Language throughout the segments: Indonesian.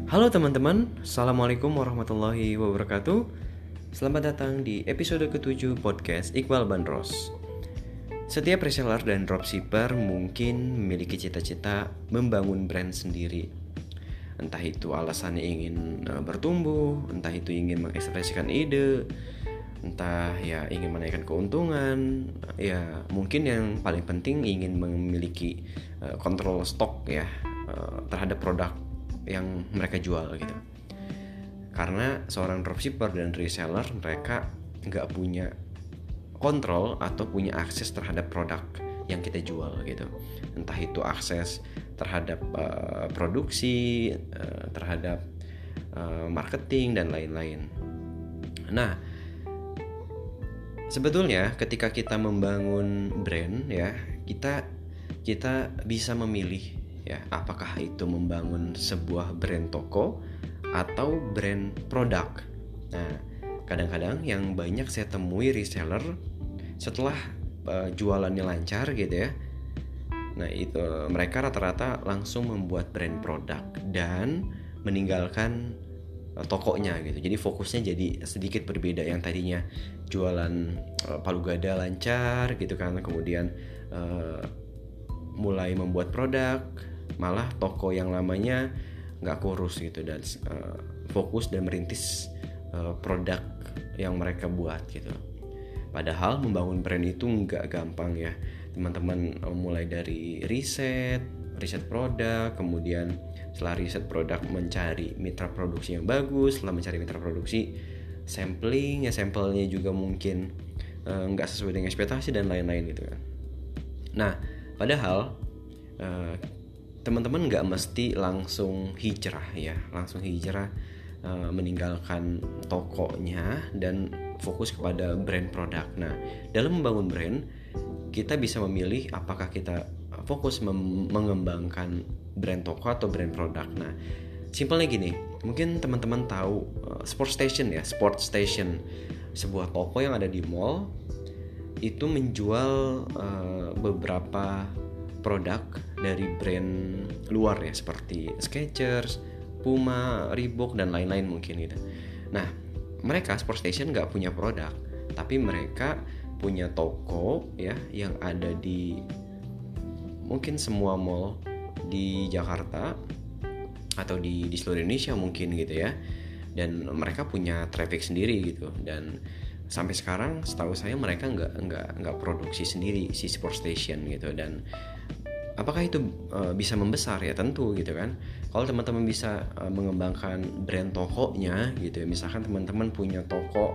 Halo teman-teman, Assalamualaikum warahmatullahi wabarakatuh. Selamat datang di episode ke-7 podcast Iqbal Bandros. Setiap reseller dan dropshipper mungkin memiliki cita-cita membangun brand sendiri. Entah itu alasannya ingin bertumbuh, entah itu ingin mengekspresikan ide, entah ya ingin menaikkan keuntungan, ya mungkin yang paling penting ingin memiliki kontrol stok ya terhadap produk yang mereka jual gitu. Karena seorang dropshipper dan reseller mereka nggak punya kontrol atau punya akses terhadap produk yang kita jual gitu. Entah itu akses terhadap produksi, terhadap marketing dan lain-lain. Nah, sebetulnya ketika kita membangun brand ya, kita bisa memilih ya, apakah itu membangun sebuah brand toko atau brand produk. Nah, kadang-kadang yang banyak saya temui reseller setelah jualannya lancar gitu ya. Nah, itu mereka rata-rata langsung membuat brand produk dan meninggalkan tokonya gitu. Jadi fokusnya jadi sedikit berbeda. Yang tadinya jualan palu gada lancar gitu kan, kemudian mulai membuat produk, malah toko yang lamanya nggak kurus gitu dan fokus dan merintis produk yang mereka buat gitu. Padahal membangun brand itu nggak gampang ya teman-teman. Mulai dari riset produk, kemudian setelah riset produk mencari mitra produksi yang bagus, setelah mencari mitra produksi sampling ya, sampelnya juga mungkin nggak sesuai dengan ekspektasi dan lain-lain gitu kan. Nah, padahal teman-teman nggak mesti langsung hijrah ya, meninggalkan tokonya dan fokus kepada brand produk. Nah, dalam membangun brand kita bisa memilih apakah kita fokus mengembangkan brand toko atau brand produk. Nah, simpelnya gini, mungkin teman-teman tahu Sport Station, sebuah toko yang ada di mall itu menjual beberapa produk dari brand luar ya, seperti Skechers, Puma, Reebok dan lain-lain mungkin gitu. Nah, mereka Sport Station nggak punya produk, tapi mereka punya toko ya yang ada di mungkin semua mall di Jakarta atau di seluruh Indonesia mungkin gitu ya. Dan mereka punya traffic sendiri gitu. Dan sampai sekarang setahu saya mereka nggak produksi sendiri si Sport Station gitu. Dan apakah itu bisa membesar ya? Tentu gitu kan. Kalau teman-teman bisa mengembangkan brand tokonya gitu ya, misalkan teman-teman punya toko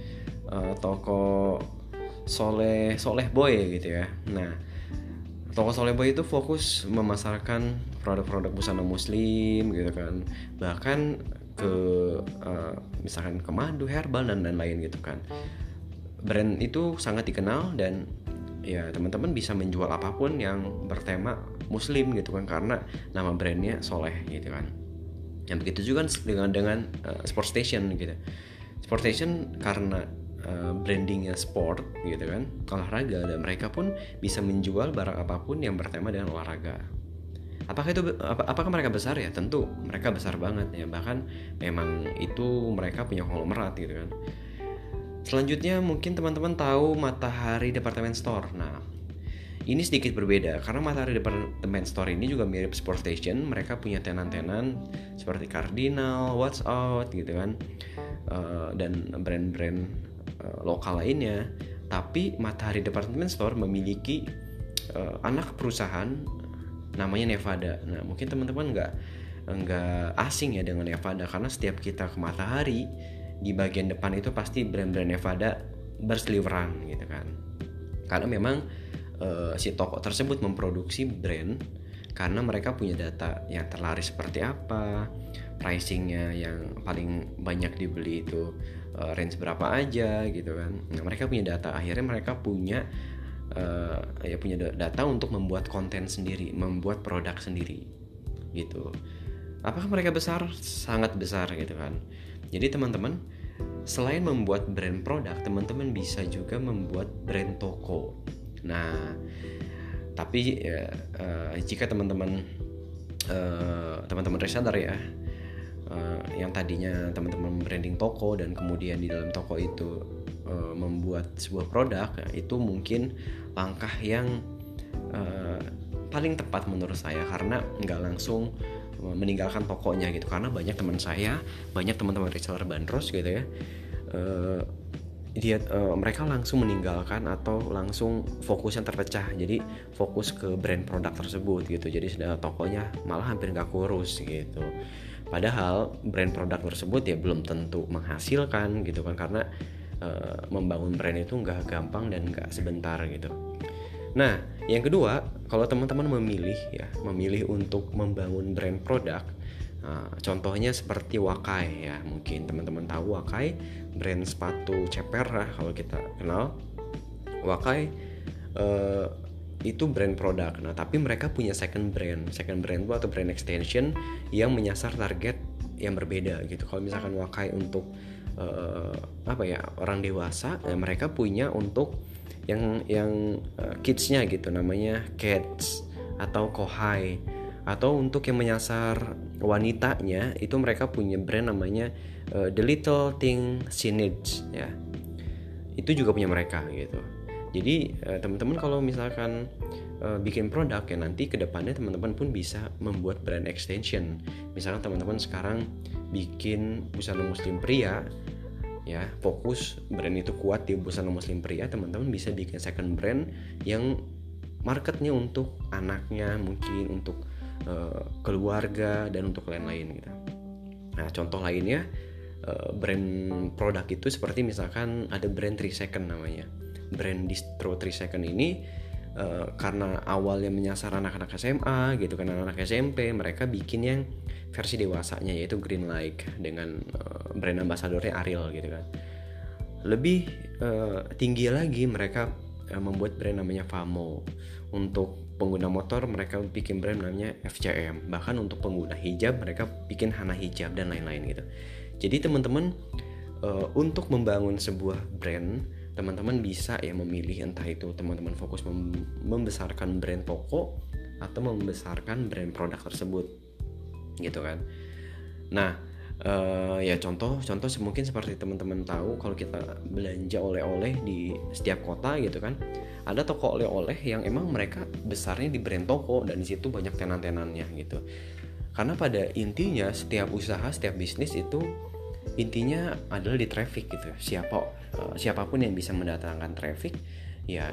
Soleh Boy gitu ya. Nah, toko Soleh Boy itu fokus memasarkan produk-produk busana muslim gitu kan, bahkan ke misalkan ke madu, herbal dan lain-lain gitu kan. Brand itu sangat dikenal dan ya teman-teman bisa menjual apapun yang bertema muslim gitu kan, karena nama brandnya Soleh gitu kan. Yang begitu juga dengan Sport Station gitu. Sport Station karena brandingnya sport gitu kan, olahraga, dan mereka pun bisa menjual barang apapun yang bertema dengan olahraga. Apakah mereka besar ya? Tentu mereka besar banget ya, bahkan memang itu mereka punya konglomerat gitu kan. Selanjutnya mungkin teman-teman tahu Matahari Department Store. Nah, ini sedikit berbeda karena Matahari Department Store ini juga mirip Sport Station. Mereka punya tenan-tenan seperti Cardinal, Watch Out gitu kan, dan brand-brand lokal lainnya. Tapi Matahari Department Store memiliki anak perusahaan namanya Nevada. Nah, mungkin teman-teman nggak asing ya dengan Nevada, karena setiap kita ke Matahari di bagian depan itu pasti brand-brand Nevada berseliweran gitu kan. Karena memang si toko tersebut memproduksi brand karena mereka punya data yang terlaris seperti apa, pricingnya yang paling banyak dibeli itu range berapa aja gitu kan. Nah, mereka punya data, akhirnya mereka punya data untuk membuat konten sendiri, membuat produk sendiri gitu. Apakah mereka besar? Sangat besar gitu kan. Jadi teman-teman, selain membuat brand produk, teman-teman bisa juga membuat brand toko. Nah, tapi jika teman-teman reseller ya yang tadinya teman-teman branding toko dan kemudian di dalam toko itu membuat sebuah produk, itu mungkin langkah yang paling tepat menurut saya, karena nggak langsung meninggalkan tokonya gitu. Karena banyak teman saya, banyak teman-teman reseller bandros gitu ya, mereka langsung meninggalkan atau langsung fokusnya terpecah, jadi fokus ke brand produk tersebut gitu. Jadi sudah tokonya malah hampir nggak kurus gitu. Padahal brand produk tersebut ya belum tentu menghasilkan gitu kan, karena membangun brand itu nggak gampang dan nggak sebentar gitu. Nah, yang kedua, kalau teman-teman memilih untuk membangun brand produk, contohnya seperti Wakai ya, mungkin teman-teman tahu Wakai, brand sepatu ceper lah kalau kita kenal. Wakai itu brand produk. Nah, tapi mereka punya second brand itu atau brand extension yang menyasar target yang berbeda gitu. Kalau misalkan Wakai untuk orang dewasa, mereka punya untuk yang kids-nya gitu, namanya Cats atau Kohai. Atau untuk yang menyasar wanitanya, itu mereka punya brand namanya The Little Thing She Needs ya. Itu juga punya mereka gitu. Jadi teman-teman kalau misalkan bikin produk ya, nanti kedepannya teman-teman pun bisa membuat brand extension. Misalkan teman-teman sekarang bikin busana muslim pria ya, fokus brand itu kuat di busana muslim pria, teman-teman bisa bikin second brand yang marketnya untuk anaknya, mungkin untuk keluarga dan untuk lain-lain gitu. Nah, contoh lainnya brand produk itu seperti misalkan ada brand 3 Second namanya. Brand distro 3 Second ini karena awalnya menyasar anak-anak SMA gitu kan, anak-anak SMP, mereka bikin yang versi dewasanya yaitu Green Like dengan brand ambasadornya Ariel gitu kan. Lebih tinggi lagi mereka membuat brand namanya Famo. Untuk pengguna motor mereka bikin brand namanya FCM. Bahkan untuk pengguna hijab mereka bikin Hana Hijab dan lain-lain gitu. Jadi teman-teman untuk membangun sebuah brand, teman-teman bisa ya memilih, entah itu teman-teman fokus membesarkan brand toko atau membesarkan brand produk tersebut gitu kan. Nah ya contoh mungkin seperti teman-teman tahu, kalau kita belanja oleh-oleh di setiap kota gitu kan, ada toko oleh-oleh yang emang mereka besarnya di brand toko dan di situ banyak tenan-tenannya gitu. Karena pada intinya setiap usaha, setiap bisnis itu intinya adalah di traffic gitu. Siapapun yang bisa mendatangkan traffic ya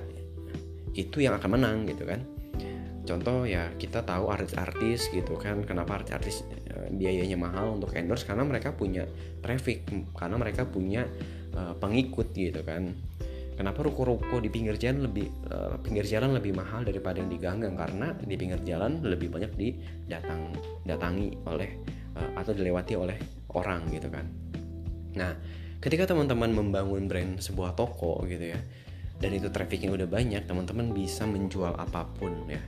itu yang akan menang gitu kan. Contoh ya kita tahu artis-artis gitu kan, kenapa artis biayanya mahal untuk endorse, karena mereka punya traffic, karena mereka punya pengikut gitu kan. Kenapa ruko-ruko di pinggir jalan lebih mahal daripada yang di ganggang, karena di pinggir jalan lebih banyak didatangi oleh atau dilewati oleh orang gitu kan. Nah, ketika teman-teman membangun brand sebuah toko gitu ya, dan itu trafficnya udah banyak, teman-teman bisa menjual apapun ya,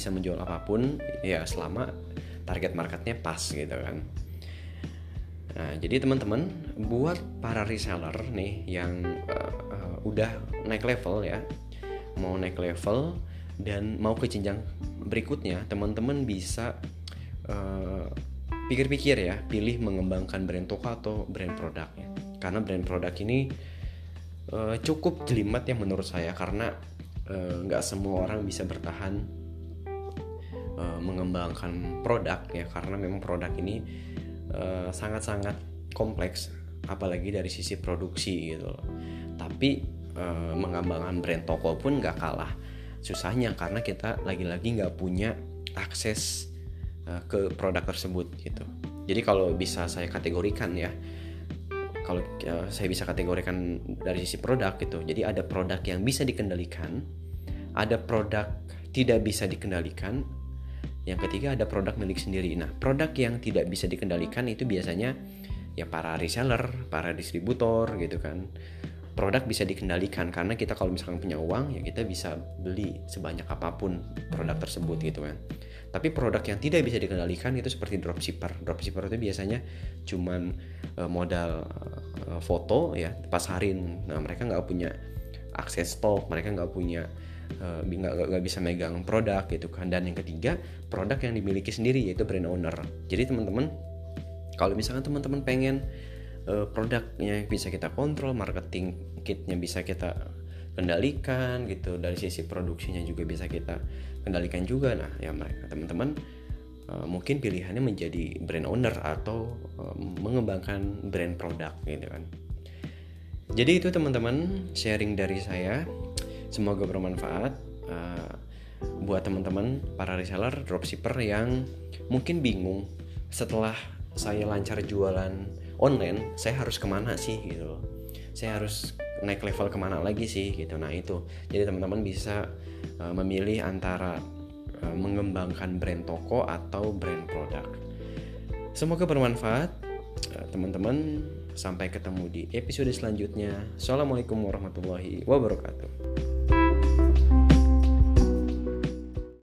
selama target marketnya pas gitu kan. Nah, jadi teman-teman buat para reseller nih yang udah naik level ya, mau naik level dan mau ke jenjang berikutnya, teman-teman bisa pikir-pikir ya, pilih mengembangkan brand toko atau brand produknya. Karena brand produk ini cukup jelimet ya menurut saya, karena nggak semua orang bisa bertahan mengembangkan produk ya, karena memang produk ini sangat-sangat kompleks, apalagi dari sisi produksi gitu loh. Tapi mengembangkan brand toko pun nggak kalah susahnya, karena kita lagi-lagi nggak punya akses ke produk tersebut gitu. Jadi kalau bisa saya kategorikan ya, kalau saya bisa kategorikan dari sisi produk gitu, jadi ada produk yang bisa dikendalikan, ada produk tidak bisa dikendalikan, yang ketiga ada produk milik sendiri. Nah, produk yang tidak bisa dikendalikan itu biasanya ya para reseller, para distributor gitu kan. Produk bisa dikendalikan karena kita kalau misalkan punya uang ya kita bisa beli sebanyak apapun produk tersebut gitu kan. Tapi produk yang tidak bisa dikendalikan itu seperti dropshipper. Dropshipper itu biasanya cuman modal foto ya, pasarin. Nah, mereka nggak punya akses stok, mereka nggak punya nggak bisa megang produk gitu kan. Dan yang ketiga, produk yang dimiliki sendiri yaitu brand owner. Jadi teman-teman Kalau misalkan teman-teman pengen produknya bisa kita kontrol, marketing kitnya bisa kita kendalikan gitu, dari sisi produksinya juga bisa kita kendalikan juga. Nah ya mereka teman-teman mungkin pilihannya menjadi brand owner atau mengembangkan brand produk gitu kan. Jadi itu teman-teman sharing dari saya, semoga bermanfaat buat teman-teman para reseller, dropshipper yang mungkin bingung setelah saya lancar jualan online, saya harus kemana sih gitu loh, saya harus naik level kemana lagi sih gitu. Nah itu, jadi teman-teman bisa memilih antara mengembangkan brand toko atau brand produk. Semoga bermanfaat teman-teman. Sampai ketemu di episode selanjutnya. Assalamualaikum warahmatullahi wabarakatuh.